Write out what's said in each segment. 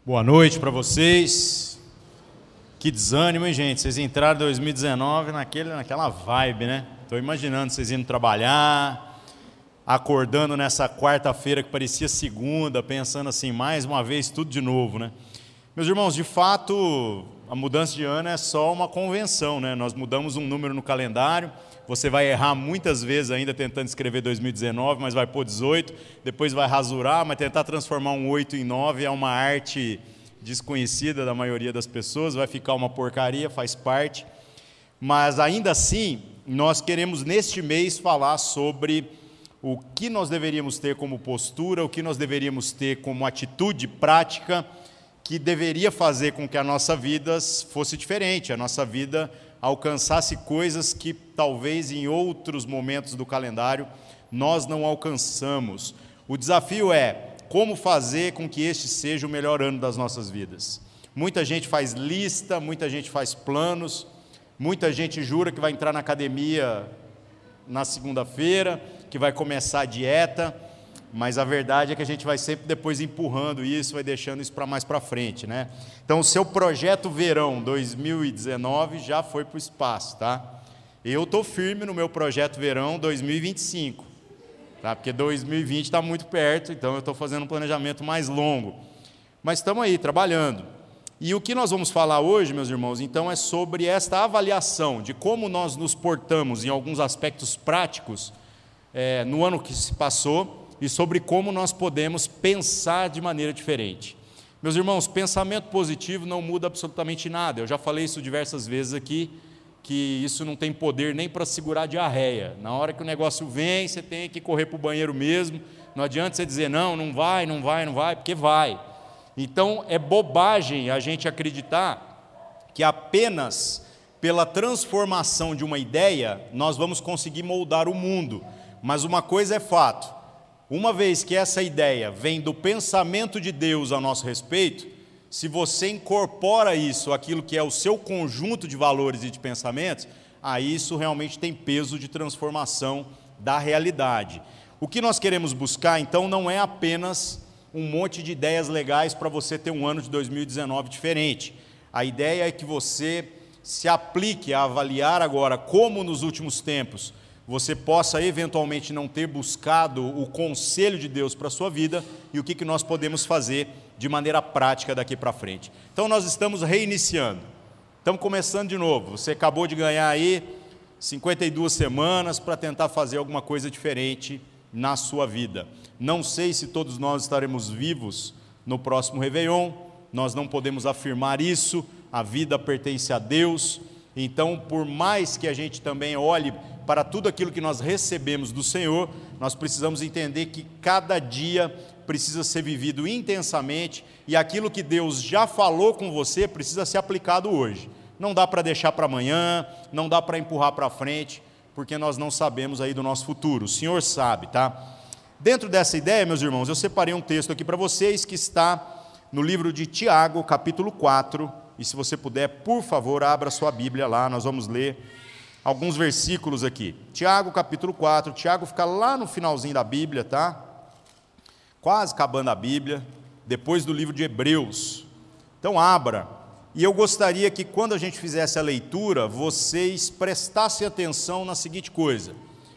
Boa noite para vocês. Que desânimo, hein, gente? Vocês entraram em 2019 naquela vibe, né? Estou imaginando vocês indo trabalhar, acordando nessa quarta-feira que parecia segunda, pensando assim, mais uma vez, tudo de novo, né? Meus irmãos, de fato, a mudança de ano é só uma convenção, né? Nós mudamos um número no calendário. Você vai errar muitas vezes ainda tentando escrever 2019, mas vai pôr 18, depois vai rasurar, mas tentar transformar um 8 em 9 é uma arte desconhecida da maioria das pessoas, vai ficar uma porcaria, faz parte. Mas ainda assim, nós queremos neste mês falar sobre o que nós deveríamos ter como postura, o que nós deveríamos ter como atitude prática, que deveria fazer com que a nossa vida fosse diferente, a nossa vida alcançasse coisas que talvez em outros momentos do calendário nós não alcançamos. O desafio é como fazer com que este seja o melhor ano das nossas vidas. Muita gente faz lista, muita gente faz planos, muita gente jura que vai entrar na academia na segunda-feira, que vai começar a dieta, mas a verdade é que a gente vai sempre depois empurrando isso, vai deixando isso para mais para frente, né? Então, o seu projeto verão 2019 já foi para o espaço, tá? Eu estou firme no meu projeto verão 2025, tá? Porque 2020 está muito perto, então eu estou fazendo um planejamento mais longo. Mas estamos aí, trabalhando. E o que nós vamos falar hoje, meus irmãos, então é sobre esta avaliação de como nós nos portamos em alguns aspectos práticos no ano que se passou, e sobre como nós podemos pensar de maneira diferente. Meus irmãos, pensamento positivo não muda absolutamente nada. Eu já falei isso diversas vezes aqui, que isso não tem poder nem para segurar a diarreia. Na hora que o negócio vem, você tem que correr para o banheiro mesmo. Não adianta você dizer, não vai, porque vai. Então, é bobagem a gente acreditar que apenas pela transformação de uma ideia, nós vamos conseguir moldar o mundo. Mas uma coisa é fato. Uma vez que essa ideia vem do pensamento de Deus a nosso respeito, se você incorpora isso, aquilo que é o seu conjunto de valores e de pensamentos, aí isso realmente tem peso de transformação da realidade. O que nós queremos buscar, então, não é apenas um monte de ideias legais para você ter um ano de 2019 diferente. A ideia é que você se aplique a avaliar agora como nos últimos tempos você possa eventualmente não ter buscado o conselho de Deus para a sua vida e o que nós podemos fazer de maneira prática daqui para frente. Então nós estamos reiniciando, estamos começando de novo. Você acabou de ganhar aí 52 semanas para tentar fazer alguma coisa diferente na sua vida. Não sei se todos nós estaremos vivos no próximo Réveillon, nós não podemos afirmar isso, a vida pertence a Deus. Então, por mais que a gente também olhe para tudo aquilo que nós recebemos do Senhor, nós precisamos entender que cada dia precisa ser vivido intensamente e aquilo que Deus já falou com você precisa ser aplicado hoje. Não dá para deixar para amanhã, não dá para empurrar para frente, porque nós não sabemos aí do nosso futuro. O Senhor sabe, tá? Dentro dessa ideia, meus irmãos, eu separei um texto aqui para vocês que está no livro de Tiago, capítulo 4, e se você puder, por favor, abra sua Bíblia lá, nós vamos ler alguns versículos aqui. Tiago, capítulo 4, Tiago fica lá no finalzinho da Bíblia, tá? Quase acabando a Bíblia, depois do livro de Hebreus. Então, abra. E eu gostaria que, quando a gente fizesse a leitura, vocês prestassem atenção na seguinte coisa.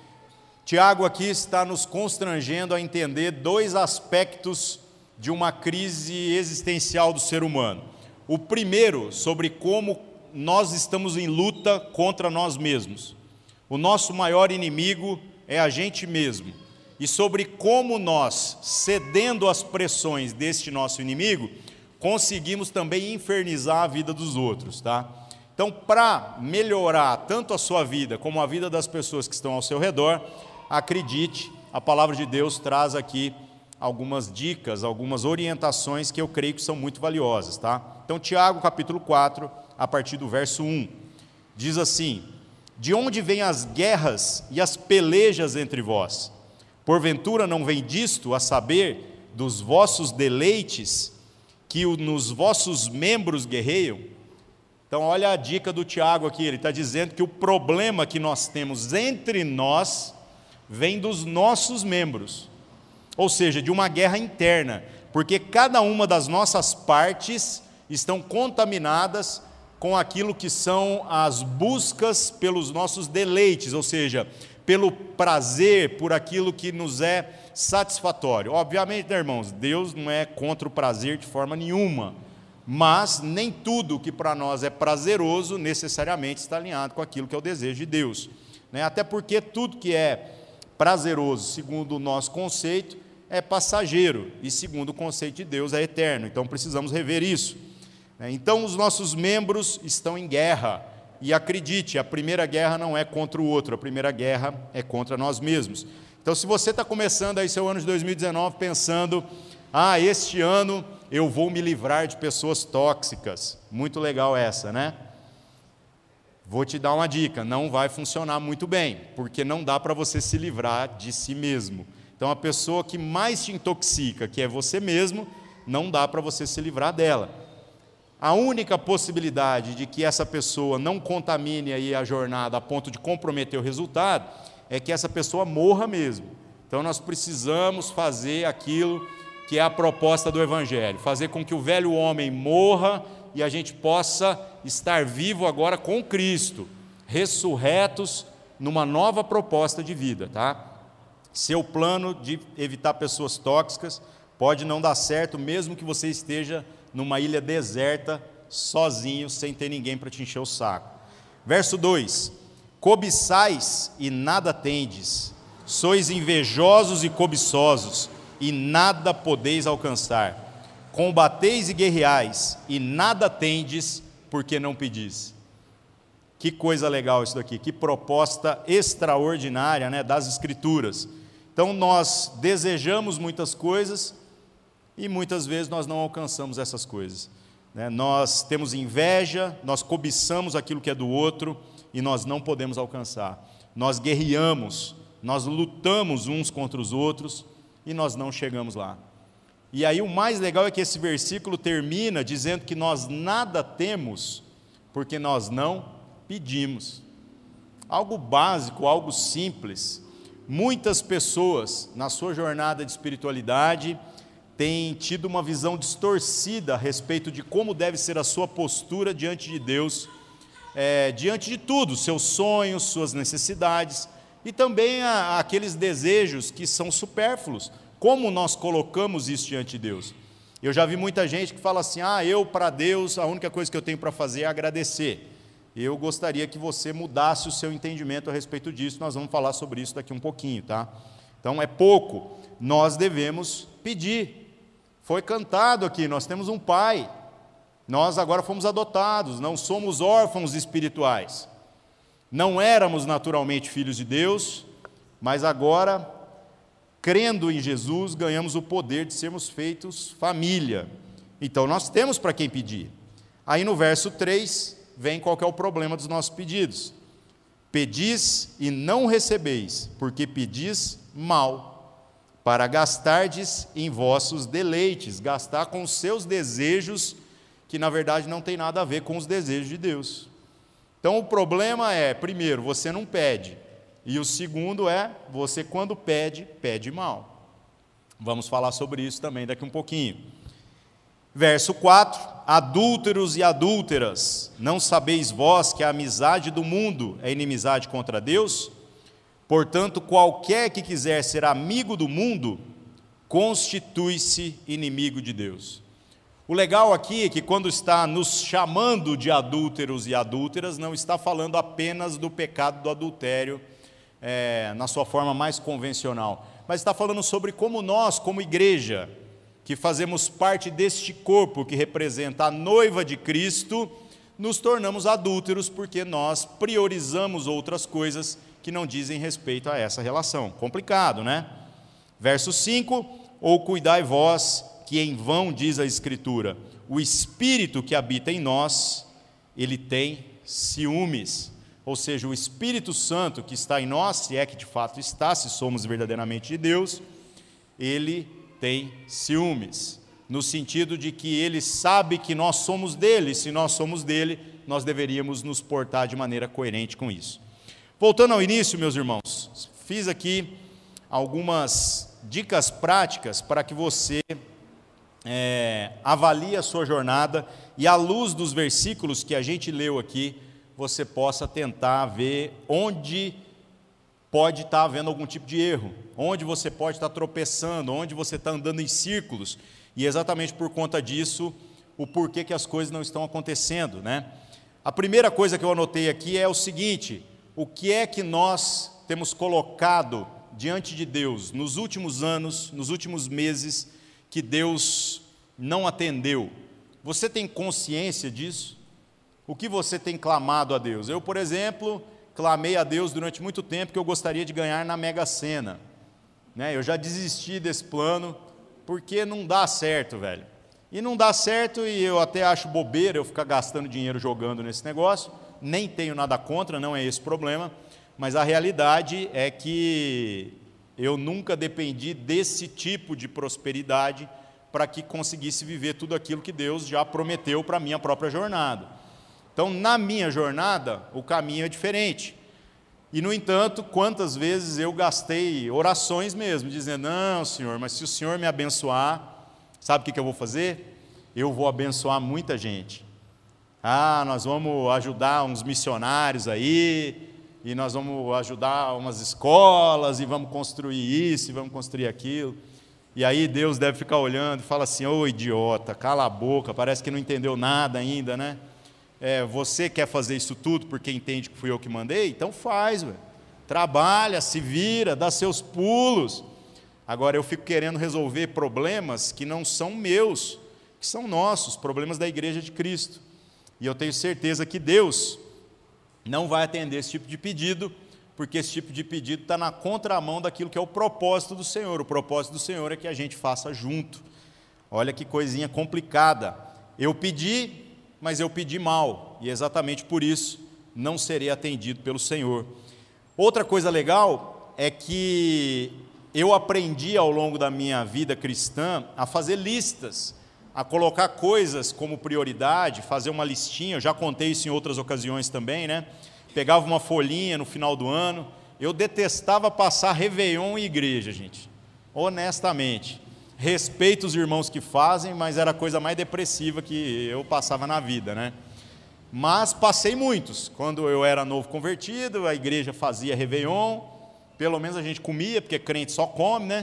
Tiago aqui está nos constrangendo a entender dois aspectos de uma crise existencial do ser humano. O primeiro, sobre como nós estamos em luta contra nós mesmos. O nosso maior inimigo é a gente mesmo. E sobre como nós, cedendo às pressões deste nosso inimigo, conseguimos também infernizar a vida dos outros, tá? Então, para melhorar tanto a sua vida como a vida das pessoas que estão ao seu redor, acredite, a palavra de Deus traz aqui algumas dicas, algumas orientações que eu creio que são muito valiosas, tá? Então, Tiago, capítulo 4, a partir do verso 1, diz assim: de onde vêm as guerras e as pelejas entre vós? Porventura não vem disto, a saber, dos vossos deleites, que nos vossos membros guerreiam? Então, olha a dica do Tiago aqui, ele está dizendo que o problema que nós temos entre nós vem dos nossos membros, ou seja, de uma guerra interna, porque cada uma das nossas partes estão contaminadas com aquilo que são as buscas pelos nossos deleites, ou seja, pelo prazer, por aquilo que nos é satisfatório. Obviamente, né, irmãos, Deus não é contra o prazer de forma nenhuma, mas nem tudo que para nós é prazeroso necessariamente está alinhado com aquilo que é o desejo de Deus, né? Até porque tudo que é prazeroso, segundo o nosso conceito, é passageiro, e segundo o conceito de Deus é eterno. Então precisamos rever isso. Então os nossos membros estão em guerra, e acredite, a primeira guerra não é contra o outro, a primeira guerra é contra nós mesmos. Então se você está começando aí seu ano de 2019 pensando, este ano eu vou me livrar de pessoas tóxicas, muito legal essa, né? Vou te dar uma dica, não vai funcionar muito bem, porque não dá para você se livrar de si mesmo. Então a pessoa que mais te intoxica, que é você mesmo, não dá para você se livrar dela. A única possibilidade de que essa pessoa não contamine aí a jornada a ponto de comprometer o resultado é que essa pessoa morra mesmo. Então nós precisamos fazer aquilo que é a proposta do Evangelho, fazer com que o velho homem morra e a gente possa estar vivo agora com Cristo, ressurretos numa nova proposta de vida, tá? Seu plano de evitar pessoas tóxicas pode não dar certo, mesmo que você esteja numa ilha deserta, sozinho, sem ter ninguém para te encher o saco. Verso 2: cobiçais e nada tendes, sois invejosos e cobiçosos, e nada podeis alcançar. Combateis e guerreais, e nada tendes, porque não pedis. Que coisa legal isso daqui, que proposta extraordinária, né, das Escrituras. Então nós desejamos muitas coisas, e muitas vezes nós não alcançamos essas coisas, né? Nós temos inveja, nós cobiçamos aquilo que é do outro, e nós não podemos alcançar. Nós guerreamos, nós lutamos uns contra os outros, e nós não chegamos lá. E aí o mais legal é que esse versículo termina dizendo que nós nada temos, porque nós não pedimos. Algo básico, algo simples. Muitas pessoas, na sua jornada de espiritualidade, têm tido uma visão distorcida a respeito de como deve ser a sua postura diante de Deus, diante de tudo, seus sonhos, suas necessidades, e também aqueles desejos que são supérfluos. Como nós colocamos isso diante de Deus? Eu já vi muita gente que fala assim, eu para Deus, a única coisa que eu tenho para fazer é agradecer. Eu gostaria que você mudasse o seu entendimento a respeito disso, nós vamos falar sobre isso daqui um pouquinho, tá? Então é pouco, nós devemos pedir. Foi cantado aqui, nós temos um pai, nós agora fomos adotados, não somos órfãos espirituais. Não éramos naturalmente filhos de Deus, mas agora, crendo em Jesus, ganhamos o poder de sermos feitos família. Então nós temos para quem pedir. Aí no verso 3, vem qual que é o problema dos nossos pedidos. Pedis e não recebeis, porque pedis mal, para gastardes em vossos deleites, gastar com os seus desejos, que na verdade não tem nada a ver com os desejos de Deus. Então o problema é, primeiro, você não pede, e o segundo é, você quando pede, pede mal. Vamos falar sobre isso também daqui um pouquinho. Verso 4, adúlteros e adúlteras, não sabeis vós que a amizade do mundo é inimizade contra Deus? Portanto, qualquer que quiser ser amigo do mundo, constitui-se inimigo de Deus. O legal aqui é que quando está nos chamando de adúlteros e adúlteras, não está falando apenas do pecado do adultério, na sua forma mais convencional, mas está falando sobre como nós, como igreja, que fazemos parte deste corpo que representa a noiva de Cristo, nos tornamos adúlteros porque nós priorizamos outras coisas que não dizem respeito a essa relação. Complicado, né? Verso 5, ou cuidai vós, que em vão diz a Escritura, o Espírito que habita em nós, ele tem ciúmes. Ou seja, o Espírito Santo que está em nós, se é que de fato está, se somos verdadeiramente de Deus, ele tem ciúmes, no sentido de que ele sabe que nós somos dele, e se nós somos dele, nós deveríamos nos portar de maneira coerente com isso. Voltando ao início, meus irmãos, fiz aqui algumas dicas práticas para que você avalie a sua jornada e, à luz dos versículos que a gente leu aqui, você possa tentar ver onde pode estar havendo algum tipo de erro, onde você pode estar tropeçando, onde você está andando em círculos, e exatamente por conta disso, o porquê que as coisas não estão acontecendo, né? A primeira coisa que eu anotei aqui é o seguinte: o que é que nós temos colocado diante de Deus nos últimos anos, nos últimos meses, que Deus não atendeu? Você tem consciência disso? O que você tem clamado a Deus? Eu, por exemplo, clamei a Deus durante muito tempo que eu gostaria de ganhar na Mega Sena, né? Eu já desisti desse plano, porque não dá certo, velho. E não dá certo, e eu até acho bobeira eu ficar gastando dinheiro jogando nesse negócio, nem tenho nada contra, não é esse o problema, mas a realidade é que eu nunca dependi desse tipo de prosperidade para que conseguisse viver tudo aquilo que Deus já prometeu para a minha própria jornada. Então, na minha jornada, o caminho é diferente. E, no entanto, quantas vezes eu gastei orações mesmo, dizendo: não, Senhor, mas se o Senhor me abençoar, sabe o que eu vou fazer? Eu vou abençoar muita gente. Nós vamos ajudar uns missionários aí, e nós vamos ajudar umas escolas, e vamos construir isso, e vamos construir aquilo. E aí Deus deve ficar olhando e fala assim: ô idiota, cala a boca, parece que não entendeu nada ainda, né? Você quer fazer isso tudo porque entende que fui eu que mandei? Então faz, véio. Trabalha, se vira, dá seus pulos. Agora eu fico querendo resolver problemas que não são meus, que são nossos, problemas da Igreja de Cristo. E eu tenho certeza que Deus não vai atender esse tipo de pedido, porque esse tipo de pedido está na contramão daquilo que é o propósito do Senhor. O propósito do Senhor é que a gente faça junto. Olha que coisinha complicada. Eu pedi, mas eu pedi mal, e exatamente por isso não serei atendido pelo Senhor. Outra coisa legal é que eu aprendi ao longo da minha vida cristã a fazer listas, a colocar coisas como prioridade, fazer uma listinha. Eu já contei isso em outras ocasiões também, né? Pegava uma folhinha no final do ano. Eu detestava passar Réveillon em igreja, gente, honestamente. Respeito os irmãos que fazem, mas era a coisa mais depressiva que eu passava na vida, né? Mas passei muitos. Quando eu era novo convertido, a igreja fazia Réveillon, pelo menos a gente comia, porque crente só come, né?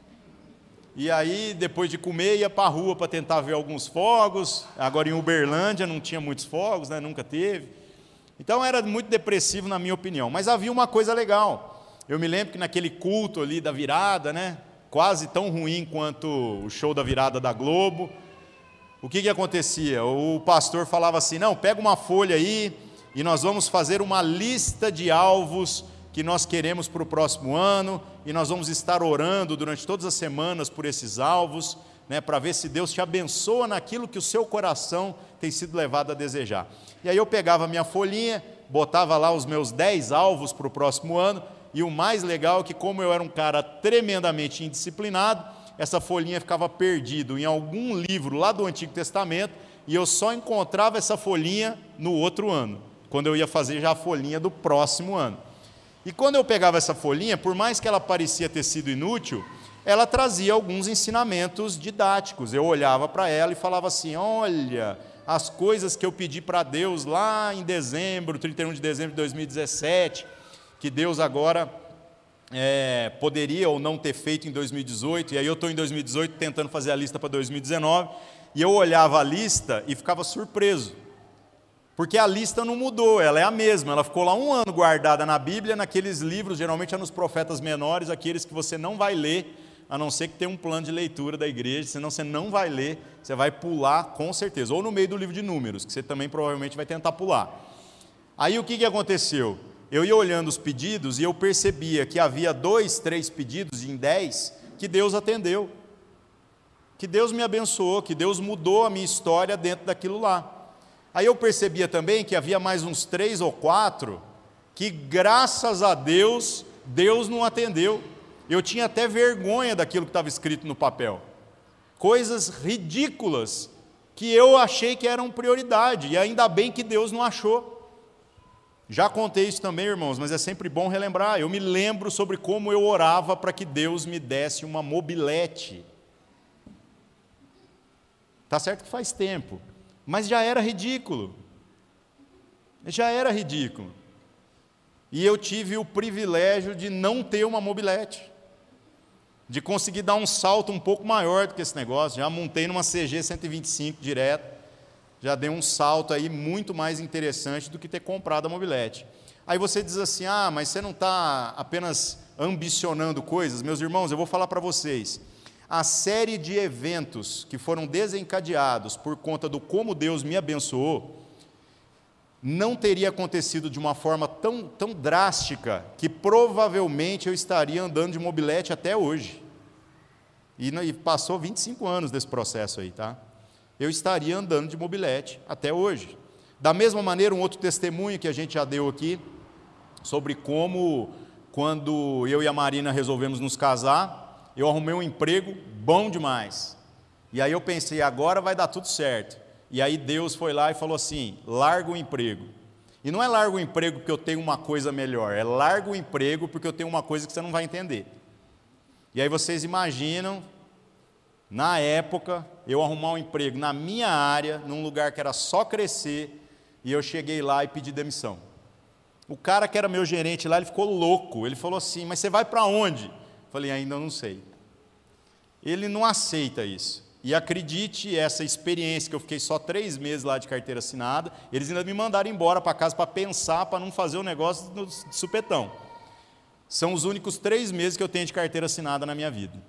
E aí, depois de comer, ia para a rua para tentar ver alguns fogos. Agora em Uberlândia não tinha muitos fogos, né? Nunca teve. Então era muito depressivo na minha opinião. Mas havia uma coisa legal. Eu me lembro que naquele culto ali da virada, né? Quase tão ruim quanto o show da virada da Globo, o que acontecia? O pastor falava assim: não, pega uma folha aí e nós vamos fazer uma lista de alvos que nós queremos para o próximo ano, e nós vamos estar orando durante todas as semanas por esses alvos, né, para ver se Deus te abençoa naquilo que o seu coração tem sido levado a desejar. E aí eu pegava a minha folhinha, botava lá os meus 10 alvos para o próximo ano, e o mais legal é que, como eu era um cara tremendamente indisciplinado, essa folhinha ficava perdida em algum livro lá do Antigo Testamento, e eu só encontrava essa folhinha no outro ano, quando eu ia fazer já a folhinha do próximo ano. E quando eu pegava essa folhinha, por mais que ela parecia ter sido inútil, ela trazia alguns ensinamentos didáticos. Eu olhava para ela e falava assim: olha, as coisas que eu pedi para Deus lá em dezembro, 31 de dezembro de 2017, que Deus agora poderia ou não ter feito em 2018, e aí eu estou em 2018 tentando fazer a lista para 2019, e eu olhava a lista e ficava surpreso, porque a lista não mudou, ela é a mesma, ela ficou lá um ano guardada na Bíblia, naqueles livros, geralmente é nos profetas menores, aqueles que você não vai ler, a não ser que tenha um plano de leitura da igreja, senão você não vai ler, você vai pular com certeza, ou no meio do livro de Números, que você também provavelmente vai tentar pular. Aí o que aconteceu? Eu ia olhando os pedidos e eu percebia que havia 2, 3 pedidos em 10 que Deus atendeu, que Deus me abençoou, que Deus mudou a minha história dentro daquilo lá. Aí eu percebia também que havia mais uns 3 ou 4 que, graças a Deus, Deus não atendeu. Eu tinha até vergonha daquilo que estava escrito no papel. Coisas ridículas que eu achei que eram prioridade, e ainda bem que Deus não achou. Já contei isso também, irmãos, mas é sempre bom relembrar. Eu me lembro sobre como eu orava para que Deus me desse uma mobilete. Tá certo que faz tempo, mas já era ridículo. Já era ridículo. E eu tive o privilégio de não ter uma mobilete, de conseguir dar um salto um pouco maior do que esse negócio. Já montei numa CG 125 direto, já dei um salto aí muito mais interessante do que ter comprado a mobilete. Aí você diz assim, mas você não está apenas ambicionando coisas? Meus irmãos, eu vou falar para vocês, a série de eventos que foram desencadeados por conta do como Deus me abençoou, não teria acontecido de uma forma tão drástica, que provavelmente eu estaria andando de mobilete até hoje. E passou 25 anos desse processo aí, tá? Eu estaria andando de mobilete até hoje. Da mesma maneira, um outro testemunho que a gente já deu aqui, sobre como, quando eu e a Marina resolvemos nos casar, eu arrumei um emprego bom demais. E aí eu pensei, agora vai dar tudo certo. E aí Deus foi lá e falou assim, larga o emprego. E não é larga o emprego porque eu tenho uma coisa melhor, é larga o emprego porque eu tenho uma coisa que você não vai entender. E aí vocês imaginam, na época, eu arrumar um emprego na minha área, num lugar que era só crescer, e eu cheguei lá e pedi demissão. O cara que era meu gerente lá, ele ficou louco, ele falou assim, mas você vai para onde? Falei, ainda não sei. Ele não aceita isso. E acredite, essa experiência, que eu fiquei só 3 meses lá de carteira assinada, eles ainda me mandaram embora para casa para pensar, para não fazer o negócio de supetão. São os únicos 3 meses que eu tenho de carteira assinada na minha vida.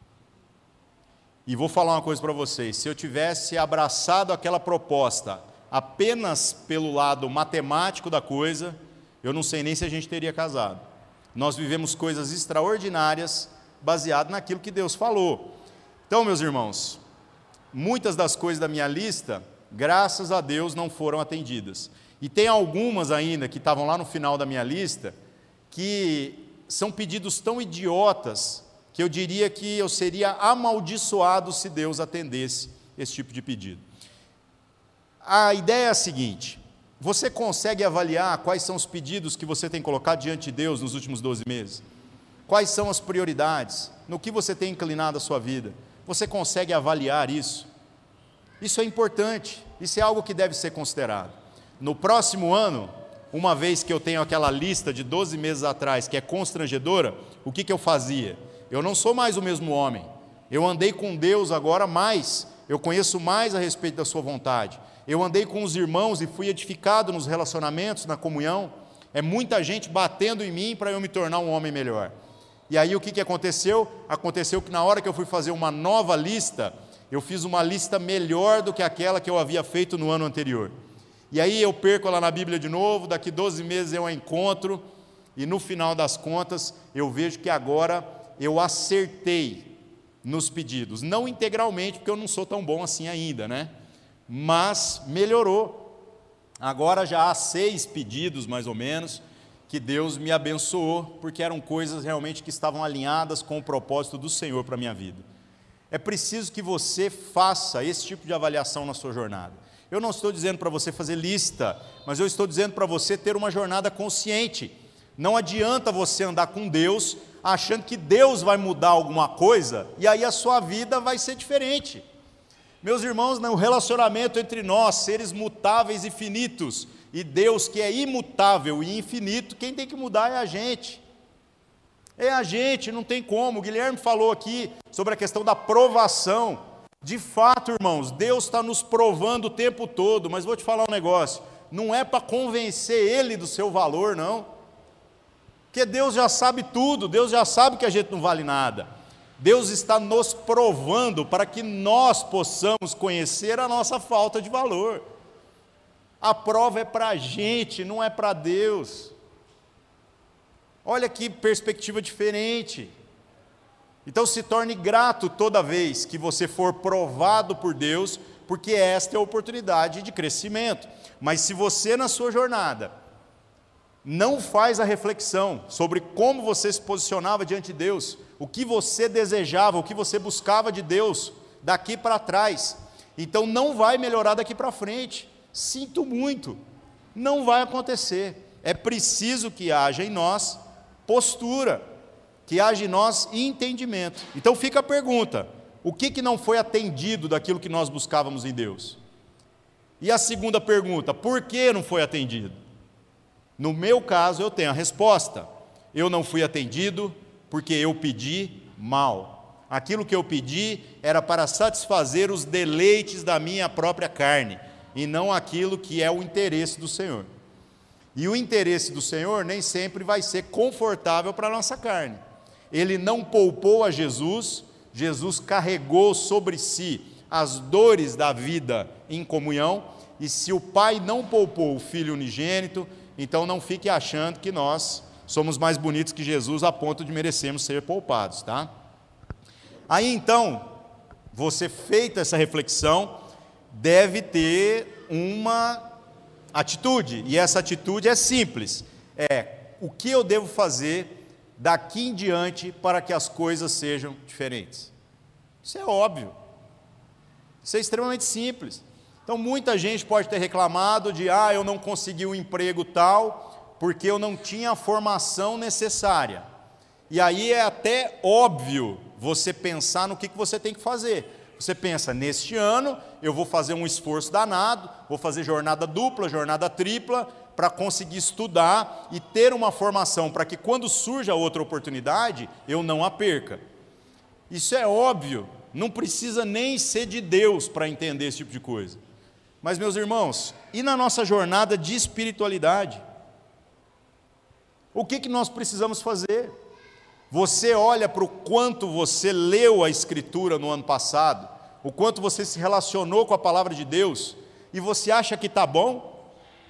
E vou falar uma coisa para vocês, se eu tivesse abraçado aquela proposta apenas pelo lado matemático da coisa, eu não sei nem se a gente teria casado. Nós vivemos coisas extraordinárias baseado naquilo que Deus falou. Então, meus irmãos, muitas das coisas da minha lista, graças a Deus, não foram atendidas. E tem algumas ainda que estavam lá no final da minha lista, que são pedidos tão idiotas, que eu diria que eu seria amaldiçoado se Deus atendesse esse tipo de pedido. A ideia é a seguinte, você consegue avaliar quais são os pedidos que você tem colocado diante de Deus nos últimos 12 meses? Quais são as prioridades? No que você tem inclinado a sua vida? Você consegue avaliar isso? Isso é importante, isso é algo que deve ser considerado. No próximo ano, uma vez que eu tenho aquela lista de 12 meses atrás, que é constrangedora, o que eu fazia? Eu não sou mais o mesmo homem, eu andei com Deus agora mais, eu conheço mais a respeito da sua vontade, eu andei com os irmãos e fui edificado nos relacionamentos, na comunhão, é muita gente batendo em mim para eu me tornar um homem melhor. E aí o que aconteceu? Aconteceu que na hora que eu fui fazer uma nova lista, eu fiz uma lista melhor do que aquela que eu havia feito no ano anterior. E aí eu perco ela na Bíblia de novo, daqui 12 meses eu a encontro, e no final das contas, eu vejo que agora eu acertei nos pedidos. Não integralmente, porque eu não sou tão bom assim ainda, né? Mas melhorou. Agora já há 6 pedidos, mais ou menos, que Deus me abençoou, porque eram coisas realmente que estavam alinhadas com o propósito do Senhor para a minha vida. É preciso que você faça esse tipo de avaliação na sua jornada. Eu não estou dizendo para você fazer lista, mas eu estou dizendo para você ter uma jornada consciente. Não adianta você andar com Deus, achando que Deus vai mudar alguma coisa, e aí a sua vida vai ser diferente. Meus irmãos, no relacionamento entre nós, seres mutáveis e finitos, e Deus que é imutável e infinito, quem tem que mudar é a gente. É a gente, não tem como. O Guilherme falou aqui sobre a questão da provação. De fato, irmãos, Deus está nos provando o tempo todo, mas vou te falar um negócio, não é para convencer Ele do seu valor, não. Porque Deus já sabe tudo, Deus já sabe que a gente não vale nada. Deus está nos provando para que nós possamos conhecer a nossa falta de valor. A prova é para a gente, não é para Deus. Olha que perspectiva diferente. Então se torne grato toda vez que você for provado por Deus, porque esta é a oportunidade de crescimento. Mas se você na sua jornada não faz a reflexão sobre como você se posicionava diante de Deus, o que você desejava, o que você buscava de Deus daqui para trás, então não vai melhorar daqui para frente. Sinto muito, não vai acontecer. É preciso que haja em nós postura, que haja em nós entendimento. Então fica a pergunta, o que não foi atendido daquilo que nós buscávamos em Deus? E a segunda pergunta, por que não foi atendido? No meu caso, eu tenho a resposta. Eu não fui atendido porque eu pedi mal. Aquilo que eu pedi era para satisfazer os deleites da minha própria carne, e não aquilo que é o interesse do Senhor. E o interesse do Senhor nem sempre vai ser confortável para a nossa carne. Ele não poupou a Jesus, Jesus carregou sobre si as dores da vida em comunhão, e se o Pai não poupou o Filho unigênito, então não fique achando que nós somos mais bonitos que Jesus a ponto de merecermos ser poupados, tá? Aí então, você feita essa reflexão, deve ter uma atitude, e essa atitude é simples, o que eu devo fazer daqui em diante para que as coisas sejam diferentes? Isso é óbvio, isso é extremamente simples. Então muita gente pode ter reclamado de, eu não consegui um emprego tal, porque eu não tinha a formação necessária, e aí é até óbvio você pensar no que você tem que fazer. Você pensa, neste ano eu vou fazer um esforço danado, vou fazer jornada dupla, jornada tripla, para conseguir estudar e ter uma formação, para que quando surja outra oportunidade, eu não a perca. Isso é óbvio, não precisa nem ser de Deus para entender esse tipo de coisa. Mas, meus irmãos, e na nossa jornada de espiritualidade? O que nós precisamos fazer? Você olha para o quanto você leu a Escritura no ano passado, o quanto você se relacionou com a Palavra de Deus, e você acha que está bom?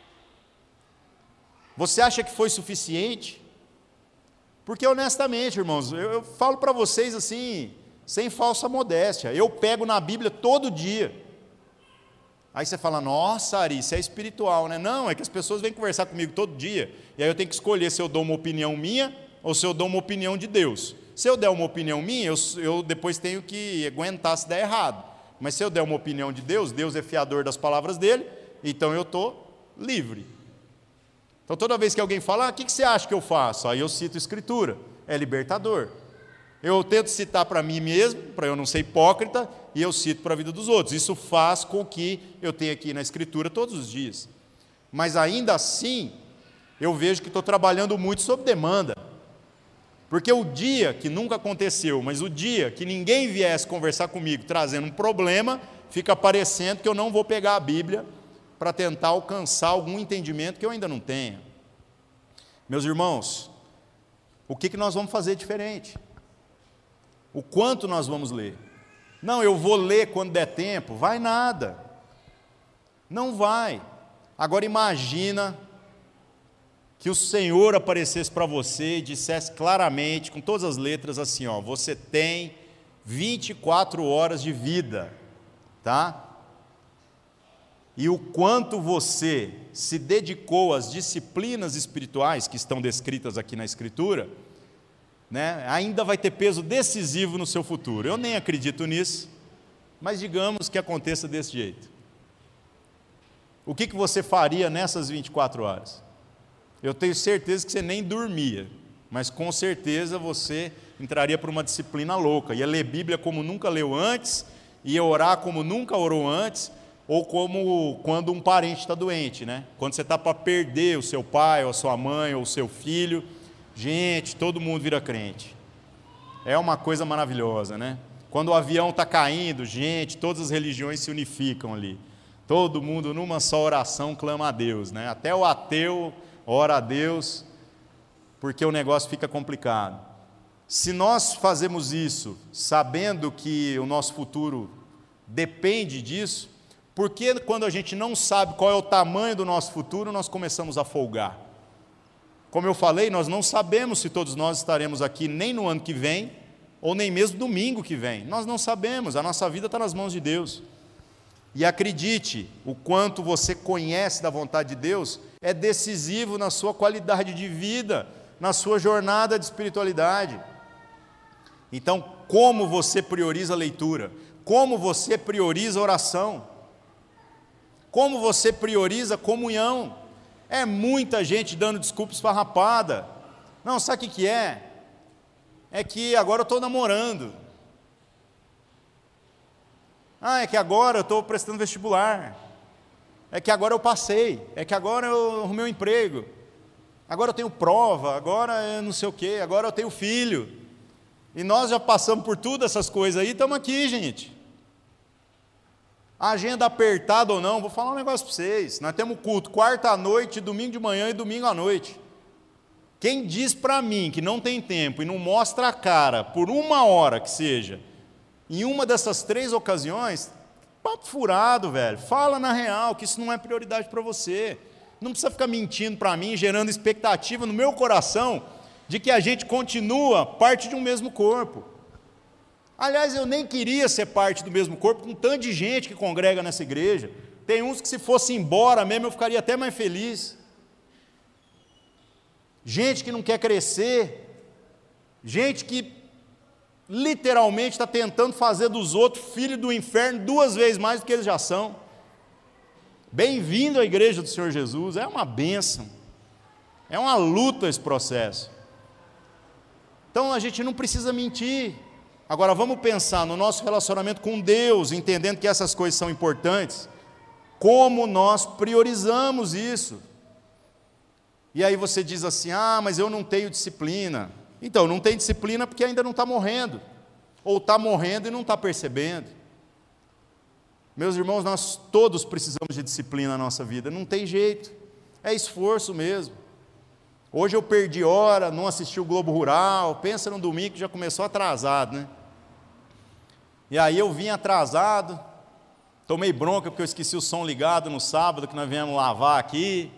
Você acha que foi suficiente? Porque honestamente, irmãos, eu falo para vocês assim, sem falsa modéstia, eu pego na Bíblia todo dia. Aí você fala, nossa, Ari, isso é espiritual, né? Não, é que as pessoas vêm conversar comigo todo dia, e aí eu tenho que escolher se eu dou uma opinião minha, ou se eu dou uma opinião de Deus. Se eu der uma opinião minha, eu depois tenho que aguentar se der errado. Mas se eu der uma opinião de Deus, Deus é fiador das palavras dele, então eu estou livre. Então toda vez que alguém fala, o que você acha que eu faço? Aí eu cito a Escritura, é libertador. Eu tento citar para mim mesmo, para eu não ser hipócrita, e eu cito para a vida dos outros. Isso faz com que eu tenha aqui na Escritura todos os dias. Mas ainda assim, eu vejo que estou trabalhando muito sob demanda. Porque o dia que nunca aconteceu, mas o dia que ninguém viesse conversar comigo trazendo um problema, fica parecendo que eu não vou pegar a Bíblia para tentar alcançar algum entendimento que eu ainda não tenha. Meus irmãos, o que nós vamos fazer diferente? O quanto nós vamos ler? Não, eu vou ler quando der tempo. Vai nada. Não vai. Agora imagina que o Senhor aparecesse para você e dissesse claramente, com todas as letras assim, você tem 24 horas de vida, tá? E o quanto você se dedicou às disciplinas espirituais que estão descritas aqui na Escritura, né, ainda vai ter peso decisivo no seu futuro. Eu nem acredito nisso, mas digamos que aconteça desse jeito. O que você faria nessas 24 horas? Eu tenho certeza que você nem dormia, mas com certeza você entraria para uma disciplina louca, ia ler Bíblia como nunca leu antes, ia orar como nunca orou antes, ou como quando um parente está doente, né? Quando você está para perder o seu pai, ou a sua mãe, ou o seu filho, gente, todo mundo vira crente. É uma coisa maravilhosa, né? Quando o avião está caindo, gente, todas as religiões se unificam ali. Todo mundo numa só oração clama a Deus, né? Até o ateu ora a Deus, porque o negócio fica complicado. Se nós fazemos isso sabendo que o nosso futuro depende disso, por que quando a gente não sabe qual é o tamanho do nosso futuro, nós começamos a folgar? Como eu falei, nós não sabemos se todos nós estaremos aqui nem no ano que vem, ou nem mesmo domingo que vem. Nós não sabemos, a nossa vida está nas mãos de Deus. E acredite, o quanto você conhece da vontade de Deus é decisivo na sua qualidade de vida, na sua jornada de espiritualidade. Então, como você prioriza a leitura? Como você prioriza a oração? Como você prioriza a comunhão? É muita gente dando desculpa esfarrapada. Não, sabe o que é? É que agora eu estou namorando. Ah, é que agora eu estou prestando vestibular. É que agora eu passei. É que agora eu arrumei um emprego. Agora eu tenho prova. Agora eu não sei o quê. Agora eu tenho filho. E nós já passamos por tudo essas coisas aí, estamos aqui, gente. A agenda apertada ou não, vou falar um negócio para vocês. Nós temos culto quarta à noite, domingo de manhã e domingo à noite. Quem diz para mim que não tem tempo e não mostra a cara por 1 hora que seja, em uma dessas 3 ocasiões, papo furado, velho. Fala na real que isso não é prioridade para você. Não precisa ficar mentindo para mim, gerando expectativa no meu coração de que a gente continua parte de um mesmo corpo. Aliás, eu nem queria ser parte do mesmo corpo com tanto de gente que congrega nessa igreja. Tem uns que se fosse embora mesmo eu ficaria até mais feliz. Gente que não quer crescer, gente que literalmente está tentando fazer dos outros filho do inferno 2 vezes mais do que eles já são. Bem-vindo à igreja do Senhor Jesus, é uma bênção, é uma luta esse processo. Então a gente não precisa mentir. Agora vamos pensar no nosso relacionamento com Deus, entendendo que essas coisas são importantes, como nós priorizamos isso. E aí você diz assim, ah, mas eu não tenho disciplina. Então, não tem disciplina porque ainda não está morrendo, ou está morrendo e não está percebendo. Meus irmãos, nós todos precisamos de disciplina na nossa vida, não tem jeito, é esforço mesmo. Hoje eu perdi hora, não assisti o Globo Rural, pensa no domingo que já começou atrasado, né? E aí eu vim atrasado, tomei bronca porque eu esqueci o som ligado no sábado, que nós viemos lavar aqui.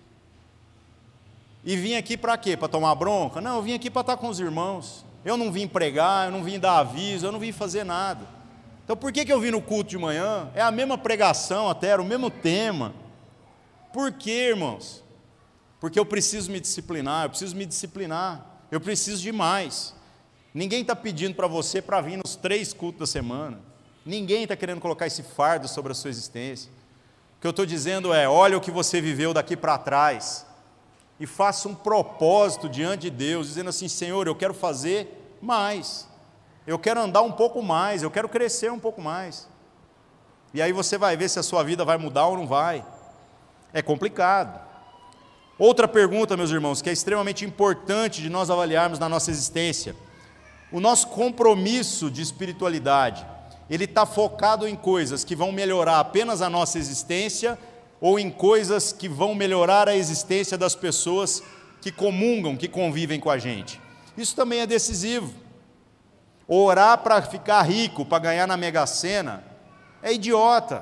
E vim aqui para quê? Para tomar bronca? Não, eu vim aqui para estar com os irmãos. Eu não vim pregar, eu não vim dar aviso, eu não vim fazer nada. Então por que eu vim no culto de manhã? É a mesma pregação até, era o mesmo tema. Por quê, irmãos? Porque eu preciso me disciplinar, eu preciso de mais. Ninguém está pedindo para você para vir nos 3 cultos da semana. Ninguém está querendo colocar esse fardo sobre a sua existência. O que eu estou dizendo é, olha o que você viveu daqui para trás. E faça um propósito diante de Deus, dizendo assim, Senhor, eu quero fazer mais, eu quero andar um pouco mais, eu quero crescer um pouco mais. E aí você vai ver se a sua vida vai mudar ou não vai. É complicado. Outra pergunta, meus irmãos, que é extremamente importante de nós avaliarmos na nossa existência. O nosso compromisso de espiritualidade, ele está focado em coisas que vão melhorar apenas a nossa existência, ou em coisas que vão melhorar a existência das pessoas que comungam, que convivem com a gente. Isso também é decisivo. Orar para ficar rico, para ganhar na Mega Sena, é idiota.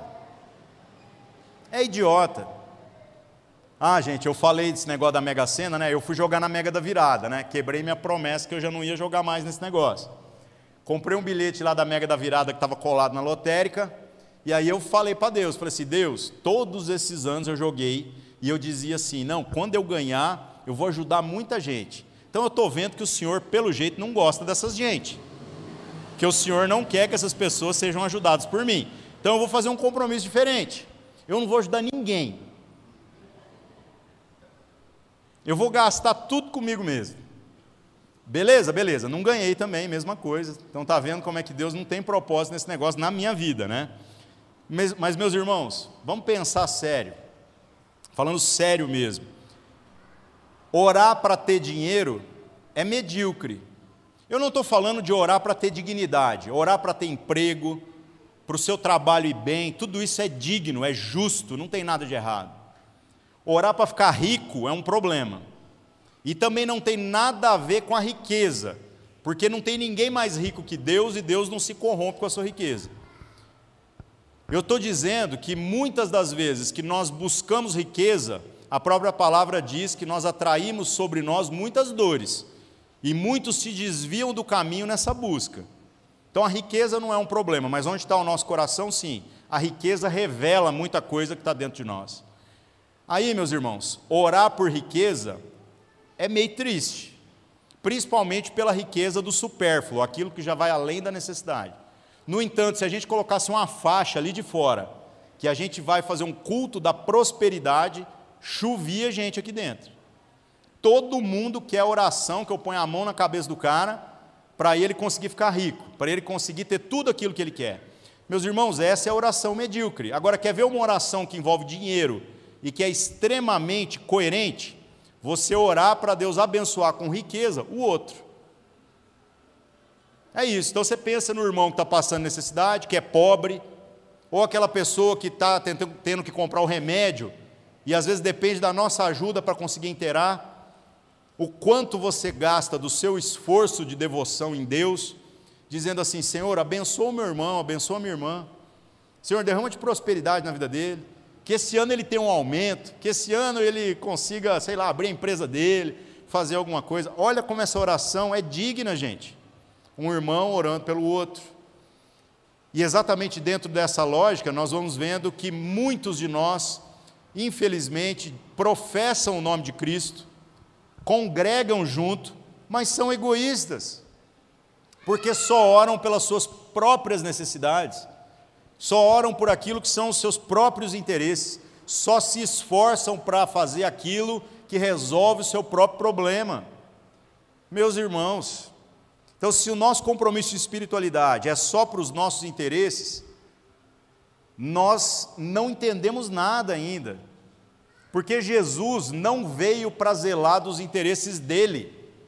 É idiota. Ah, gente, eu falei desse negócio da Mega Sena, né? Eu fui jogar na Mega da Virada, né? Quebrei minha promessa que eu já não ia jogar mais nesse negócio. Comprei um bilhete lá da Mega da Virada que estava colado na lotérica. E aí eu falei para Deus, falei assim, Deus, todos esses anos eu joguei, e eu dizia assim, não, quando eu ganhar, eu vou ajudar muita gente. Então eu estou vendo que o Senhor, pelo jeito, não gosta dessas gente, que o Senhor não quer que essas pessoas sejam ajudadas por mim. Então eu vou fazer um compromisso diferente, eu não vou ajudar ninguém, eu vou gastar tudo comigo mesmo. Beleza, beleza, não ganhei também, mesma coisa. Então está vendo como é que Deus não tem propósito nesse negócio na minha vida, né? Mas, meus irmãos, vamos pensar sério, falando sério mesmo. Orar para ter dinheiro é medíocre. Eu não estou falando de orar para ter dignidade, orar para ter emprego, para o seu trabalho ir bem, tudo isso é digno, é justo, não tem nada de errado. Orar para ficar rico é um problema. E também não tem nada a ver com a riqueza, porque não tem ninguém mais rico que Deus e Deus não se corrompe com a sua riqueza. Eu estou dizendo que muitas das vezes que nós buscamos riqueza, a própria palavra diz que nós atraímos sobre nós muitas dores, e muitos se desviam do caminho nessa busca. Então a riqueza não é um problema, mas onde está o nosso coração, sim, a riqueza revela muita coisa que está dentro de nós. Aí, meus irmãos, orar por riqueza é meio triste, principalmente pela riqueza do supérfluo, aquilo que já vai além da necessidade. No entanto, se a gente colocasse uma faixa ali de fora, que a gente vai fazer um culto da prosperidade, chovia gente aqui dentro. Todo mundo quer oração, que eu ponho a mão na cabeça do cara, para ele conseguir ficar rico, para ele conseguir ter tudo aquilo que ele quer. Meus irmãos, essa é a oração medíocre. Agora, quer ver uma oração que envolve dinheiro e que é extremamente coerente? Você orar para Deus abençoar com riqueza o outro. É isso. Então você pensa no irmão que está passando necessidade, que é pobre, ou aquela pessoa que está tendo que comprar o remédio e às vezes depende da nossa ajuda para conseguir inteirar. O quanto você gasta do seu esforço de devoção em Deus, dizendo assim: Senhor, abençoa o meu irmão, abençoa a minha irmã. Senhor, derrama de prosperidade na vida dele. Que esse ano ele tenha um aumento, que esse ano ele consiga, sei lá, abrir a empresa dele, fazer alguma coisa. Olha como essa oração é digna, gente. Um irmão orando pelo outro. E exatamente dentro dessa lógica, nós vamos vendo que muitos de nós, infelizmente, professam o nome de Cristo, congregam junto, mas são egoístas, porque só oram pelas suas próprias necessidades, só oram por aquilo que são os seus próprios interesses, só se esforçam para fazer aquilo que resolve o seu próprio problema. Meus irmãos, então se o nosso compromisso de espiritualidade é só para os nossos interesses, nós não entendemos nada ainda, porque Jesus não veio para zelar dos interesses dele.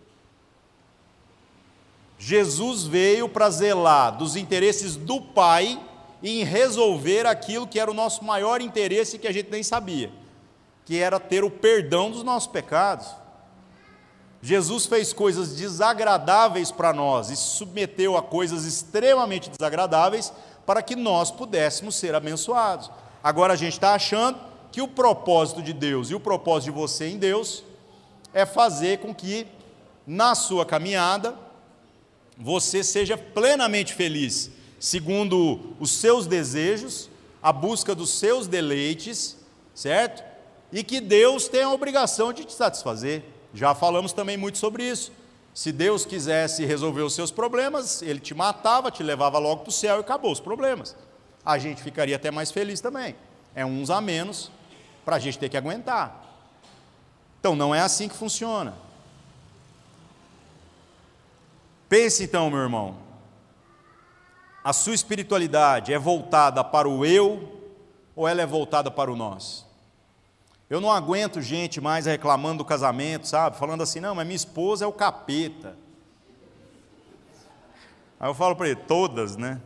Jesus veio para zelar dos interesses do Pai e em resolver aquilo que era o nosso maior interesse que a gente nem sabia, que era ter o perdão dos nossos pecados. Jesus fez coisas desagradáveis para nós e se submeteu a coisas extremamente desagradáveis para que nós pudéssemos ser abençoados. Agora a gente está achando que o propósito de Deus e o propósito de você em Deus é fazer com que, na sua caminhada, você seja plenamente feliz, segundo os seus desejos, a busca dos seus deleites, certo? E que Deus tem a obrigação de te satisfazer. Já falamos também muito sobre isso. Se Deus quisesse resolver os seus problemas, Ele te matava, te levava logo para o céu e acabou os problemas. A gente ficaria até mais feliz também. É uns a menos para a gente ter que aguentar. Então, não é assim que funciona. Pense então, meu irmão, a sua espiritualidade é voltada para o eu ou ela é voltada para o nós? Eu não aguento gente mais reclamando do casamento, sabe? Falando assim: não, mas minha esposa é o capeta. Aí eu falo para ele: todas, né?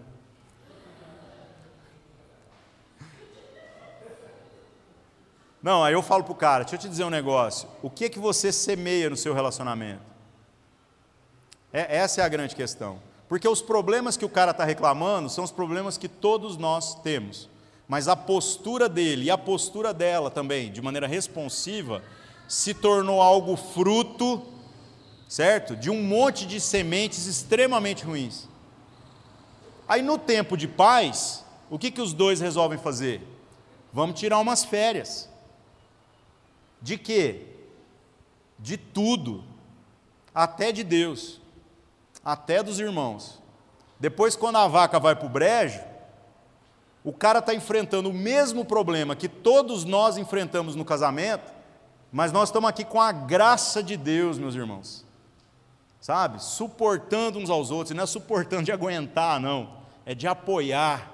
Não, aí eu falo para o cara: deixa eu te dizer um negócio, o que você semeia no seu relacionamento? Essa é a grande questão, porque os problemas que o cara está reclamando são os problemas que todos nós temos, mas a postura dele e a postura dela também, de maneira responsiva, se tornou algo fruto, certo? De um monte de sementes extremamente ruins. Aí no tempo de paz, o que os dois resolvem fazer? Vamos tirar umas férias. De quê? De tudo, até de Deus, até dos irmãos. Depois, quando a vaca vai para o brejo, o cara está enfrentando o mesmo problema que todos nós enfrentamos no casamento, mas nós estamos aqui com a graça de Deus, meus irmãos, sabe? Suportando uns aos outros, e não é suportando de aguentar, não, é de apoiar,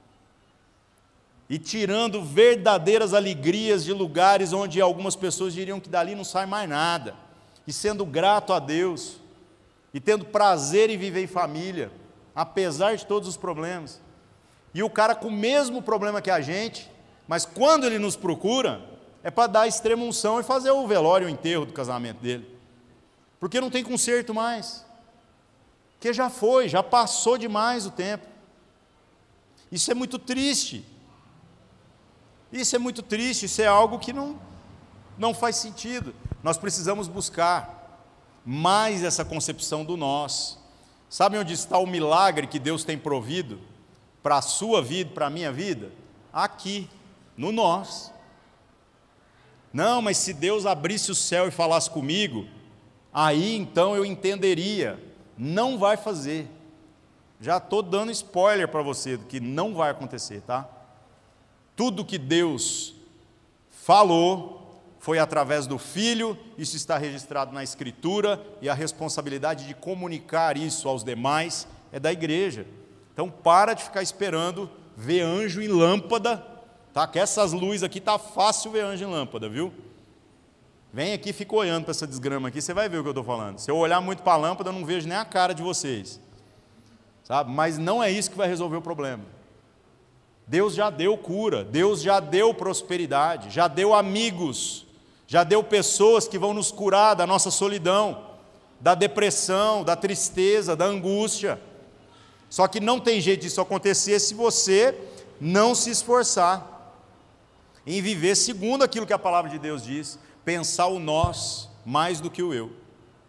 e tirando verdadeiras alegrias de lugares onde algumas pessoas diriam que dali não sai mais nada, e sendo grato a Deus, e tendo prazer em viver em família, apesar de todos os problemas. E o cara com o mesmo problema que a gente, mas quando ele nos procura, é para dar extrema unção e fazer o velório, o enterro do casamento dele, porque não tem conserto mais, porque já foi, já passou demais o tempo. Isso é muito triste. Isso é muito triste, isso é algo que não faz sentido. Nós precisamos buscar mais essa concepção do nós. Sabe onde está o milagre que Deus tem provido para a sua vida, para a minha vida? Aqui, no nós. Não, mas se Deus abrisse o céu e falasse comigo, aí então eu entenderia. Não vai fazer. Já estou dando spoiler para você do que não vai acontecer, tá? Tudo que Deus falou foi através do Filho, isso está registrado na Escritura, e a responsabilidade de comunicar isso aos demais é da igreja. Então para de ficar esperando ver anjo em lâmpada, tá? Que essas luzes aqui tá fácil ver anjo em lâmpada, viu? Vem aqui e fica olhando para essa desgrama aqui, você vai ver o que eu estou falando. Se eu olhar muito para a lâmpada, eu não vejo nem a cara de vocês, sabe? Mas não é isso que vai resolver o problema. Deus já deu cura, Deus já deu prosperidade, já deu amigos, já deu pessoas que vão nos curar da nossa solidão, da depressão, da tristeza, da angústia. Só que não tem jeito disso acontecer se você não se esforçar em viver segundo aquilo que a palavra de Deus diz, pensar o nós mais do que o eu.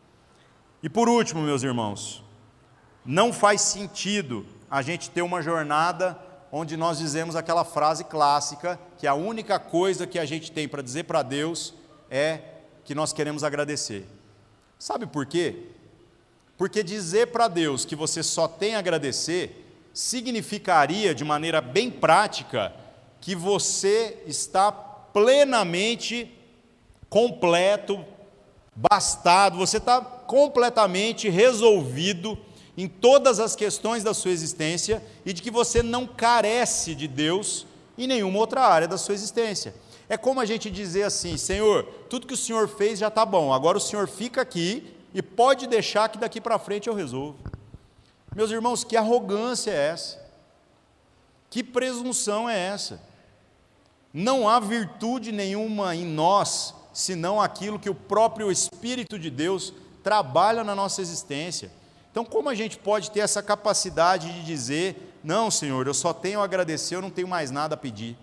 E por último, meus irmãos, não faz sentido a gente ter uma jornada onde nós dizemos aquela frase clássica, que a única coisa que a gente tem para dizer para Deus é que nós queremos agradecer. Sabe por quê? Porque dizer para Deus que você só tem a agradecer significaria, de maneira bem prática, que você está plenamente completo, bastado, você está completamente resolvido em todas as questões da sua existência e de que você não carece de Deus em nenhuma outra área da sua existência. É como a gente dizer assim: Senhor, tudo que o Senhor fez já está bom, agora o Senhor fica aqui e pode deixar que daqui para frente eu resolvo. Meus irmãos, que arrogância é essa? Que presunção é essa? Não há virtude nenhuma em nós, senão aquilo que o próprio Espírito de Deus trabalha na nossa existência. Então, como a gente pode ter essa capacidade de dizer: não, Senhor, eu só tenho a agradecer, eu não tenho mais nada a pedir?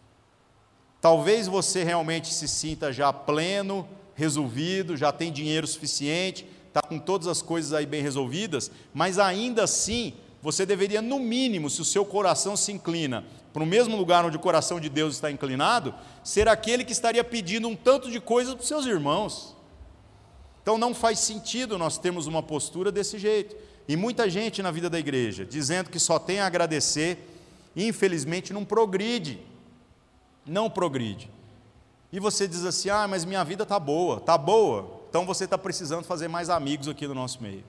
Talvez você realmente se sinta já pleno, resolvido, já tem dinheiro suficiente, está com todas as coisas aí bem resolvidas, mas ainda assim, você deveria, no mínimo, se o seu coração se inclina para o mesmo lugar onde o coração de Deus está inclinado, ser aquele que estaria pedindo um tanto de coisas para os seus irmãos. Então não faz sentido nós termos uma postura desse jeito. E muita gente na vida da igreja, dizendo que só tem a agradecer, infelizmente não progride. Não progride. E você diz assim: ah, mas minha vida está boa. Está boa? Então você está precisando fazer mais amigos aqui do nosso meio.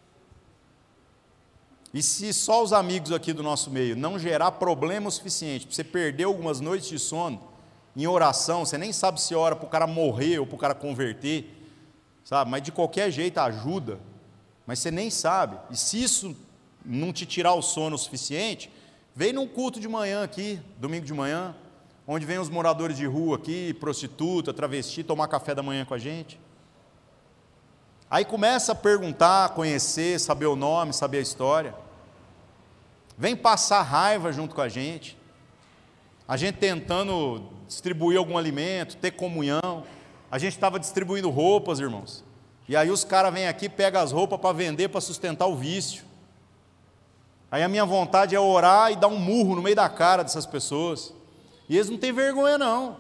E se só os amigos aqui do nosso meio não gerar problema o suficiente para você perder algumas noites de sono em oração, você nem sabe se ora para o cara morrer ou para o cara converter, sabe? Mas de qualquer jeito ajuda, mas você nem sabe. E se isso não te tirar o sono o suficiente, vem num culto de manhã aqui, domingo de manhã, onde vem os moradores de rua aqui, prostituta, travesti, tomar café da manhã com a gente. Aí começa a perguntar, conhecer, saber o nome, saber a história. Vem passar raiva junto com a gente tentando distribuir algum alimento, ter comunhão. A gente estava distribuindo roupas, irmãos, e aí os caras vêm aqui, pegam as roupas para vender, para sustentar o vício. Aí a minha vontade é orar e dar um murro no meio da cara dessas pessoas, e eles não têm vergonha não.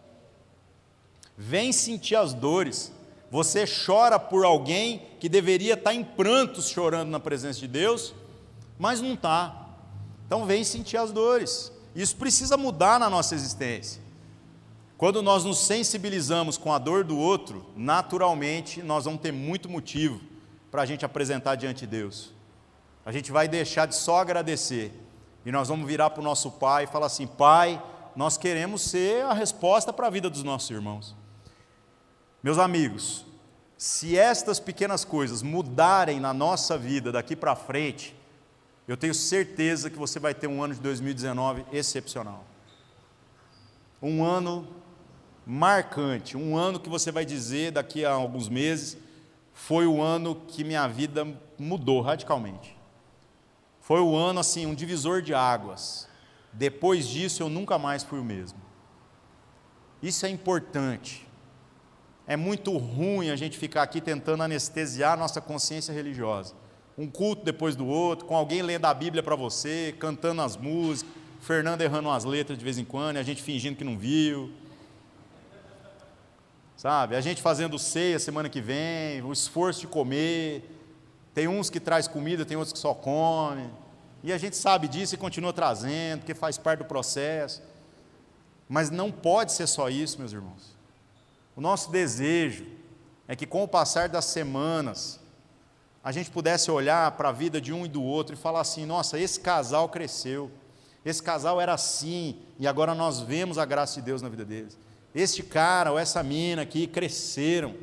Vem sentir as dores. Você chora por alguém que deveria estar em prantos chorando na presença de Deus, mas não está. Então vem sentir as dores. Isso precisa mudar na nossa existência. Quando nós nos sensibilizamos com a dor do outro, naturalmente nós vamos ter muito motivo para a gente apresentar diante de Deus. A gente vai deixar de só agradecer e nós vamos virar para o nosso Pai e falar assim: Pai, nós queremos ser a resposta para a vida dos nossos irmãos. Meus amigos, se estas pequenas coisas mudarem na nossa vida daqui para frente, eu tenho certeza que você vai ter um ano de 2019 excepcional. Um ano marcante, um ano que você vai dizer daqui a alguns meses: foi o ano que minha vida mudou radicalmente. Foi o ano, assim, um divisor de águas. Depois disso eu nunca mais fui o mesmo. Isso é importante. É muito ruim a gente ficar aqui tentando anestesiar nossa consciência religiosa. Um culto depois do outro, com alguém lendo a Bíblia para você, cantando as músicas, Fernando errando umas letras de vez em quando, e a gente fingindo que não viu. Sabe? A gente fazendo ceia semana que vem, o esforço de comer. Tem uns que traz comida, tem outros que só comem. E a gente sabe disso e continua trazendo, porque faz parte do processo. Mas não pode ser só isso, meus irmãos. O nosso desejo é que, com o passar das semanas, a gente pudesse olhar para a vida de um e do outro e falar assim: nossa, esse casal cresceu, esse casal era assim, e agora nós vemos a graça de Deus na vida deles. Este cara ou essa mina aqui cresceram.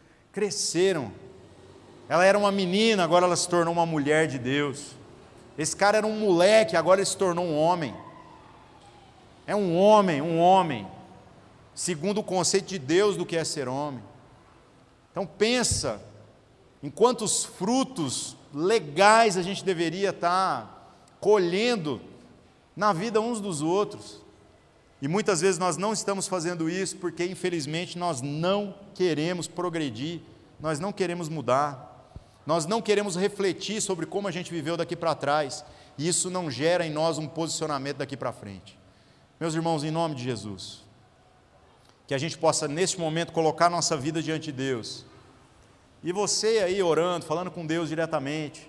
Ela era uma menina, agora ela se tornou uma mulher de Deus. Esse cara era um moleque, agora ele se tornou um homem. É um homem, segundo o conceito de Deus do que é ser homem. Então pensa em quantos frutos legais a gente deveria estar colhendo na vida uns dos outros. E muitas vezes nós não estamos fazendo isso porque, infelizmente, nós não queremos progredir, nós não queremos mudar, nós não queremos refletir sobre como a gente viveu daqui para trás, e isso não gera em nós um posicionamento daqui para frente. Meus irmãos, em nome de Jesus, que a gente possa, neste momento, colocar nossa vida diante de Deus. E você aí orando, falando com Deus diretamente,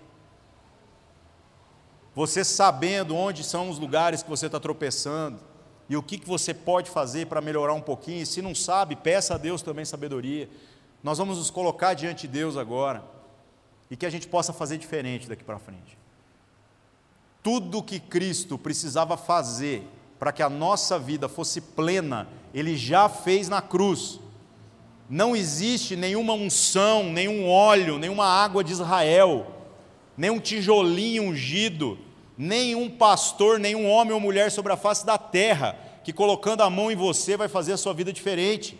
você sabendo onde são os lugares que você está tropeçando, e o que você pode fazer para melhorar um pouquinho. E se não sabe, peça a Deus também sabedoria. Nós vamos nos colocar diante de Deus agora, e que a gente possa fazer diferente daqui para frente. Tudo que Cristo precisava fazer para que a nossa vida fosse plena, Ele já fez na cruz. Não existe nenhuma unção, nenhum óleo, nenhuma água de Israel, nenhum tijolinho ungido, nenhum pastor, nenhum homem ou mulher sobre a face da terra, que colocando a mão em você vai fazer a sua vida diferente.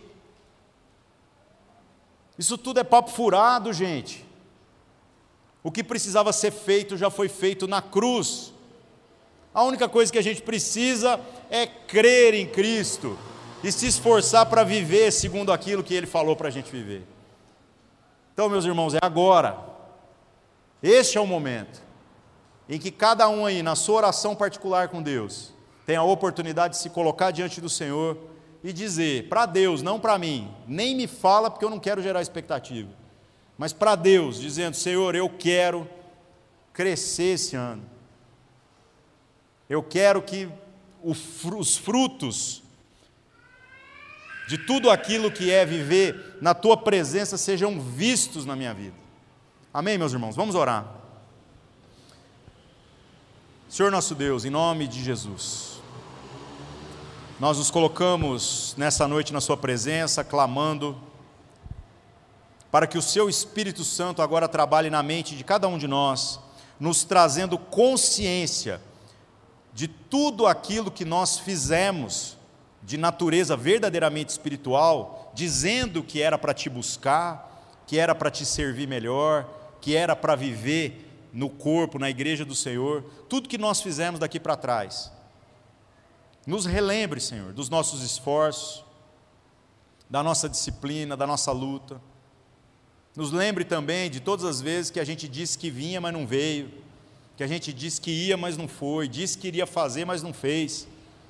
Isso tudo é papo furado, gente. O que precisava ser feito já foi feito na cruz. A única coisa que a gente precisa é crer em Cristo e se esforçar para viver segundo aquilo que Ele falou para a gente viver. Então, meus irmãos, é agora. Este é o momento em que cada um aí, na sua oração particular com Deus, tem a oportunidade de se colocar diante do Senhor e dizer para Deus, não para mim, nem me fala porque eu não quero gerar expectativa, mas para Deus, dizendo: Senhor, eu quero crescer esse ano, eu quero que os frutos de tudo aquilo que é viver na Tua presença sejam vistos na minha vida. Amém, meus irmãos? Vamos orar. Senhor nosso Deus, em nome de Jesus, nós nos colocamos nessa noite na Sua presença, clamando para que o Seu Espírito Santo agora trabalhe na mente de cada um de nós, nos trazendo consciência de tudo aquilo que nós fizemos de natureza verdadeiramente espiritual, dizendo que era para Te buscar, que era para Te servir melhor, que era para viver no corpo, na igreja do Senhor, tudo que nós fizemos daqui para trás. Nos relembre, Senhor, dos nossos esforços, da nossa disciplina, da nossa luta. Nos lembre também de todas as vezes que a gente disse que vinha, mas não veio, que a gente disse que ia, mas não foi, disse que iria fazer, mas não fez.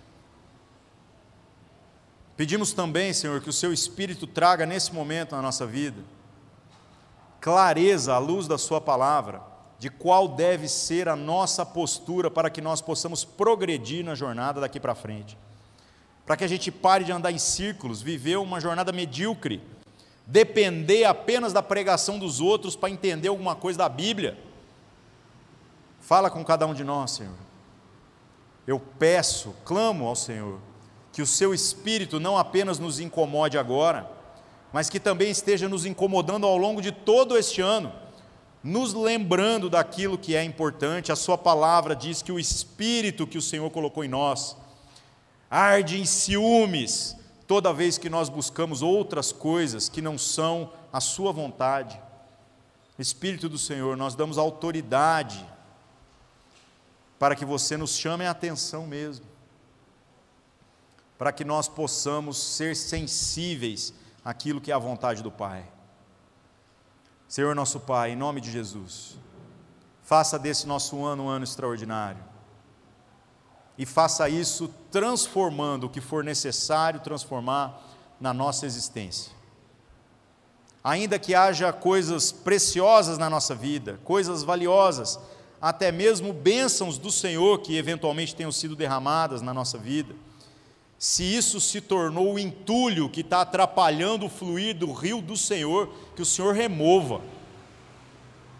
Pedimos também, Senhor, que o Seu Espírito traga nesse momento na nossa vida clareza à luz da Sua palavra, de qual deve ser a nossa postura para que nós possamos progredir na jornada daqui para frente. Para que a gente pare de andar em círculos, viver uma jornada medíocre, depender apenas da pregação dos outros para entender alguma coisa da Bíblia. Fala com cada um de nós, Senhor. Eu peço, clamo ao Senhor, que o Seu Espírito não apenas nos incomode agora, mas que também esteja nos incomodando ao longo de todo este ano, nos lembrando daquilo que é importante. A Sua palavra diz que o Espírito que o Senhor colocou em nós arde em ciúmes toda vez que nós buscamos outras coisas que não são a Sua vontade. Espírito do Senhor, nós damos autoridade para que você nos chame a atenção mesmo, para que nós possamos ser sensíveis àquilo que é a vontade do Pai. Senhor nosso Pai, em nome de Jesus, faça desse nosso ano um ano extraordinário, e faça isso transformando o que for necessário transformar na nossa existência. Ainda que haja coisas preciosas na nossa vida, coisas valiosas, até mesmo bênçãos do Senhor que eventualmente tenham sido derramadas na nossa vida, se isso se tornou o entulho que está atrapalhando o fluir do rio do Senhor, que o Senhor remova.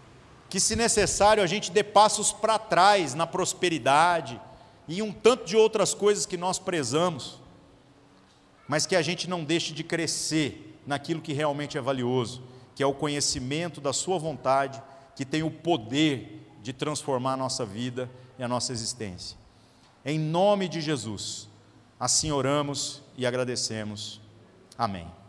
que, se necessário, a gente dê passos para trás na prosperidade e em um tanto de outras coisas que nós prezamos, mas que a gente não deixe de crescer naquilo que realmente é valioso, que é o conhecimento da sua vontade, que tem o poder de transformar a nossa vida e a nossa existência. Em nome de Jesus, assim oramos e agradecemos. Amém.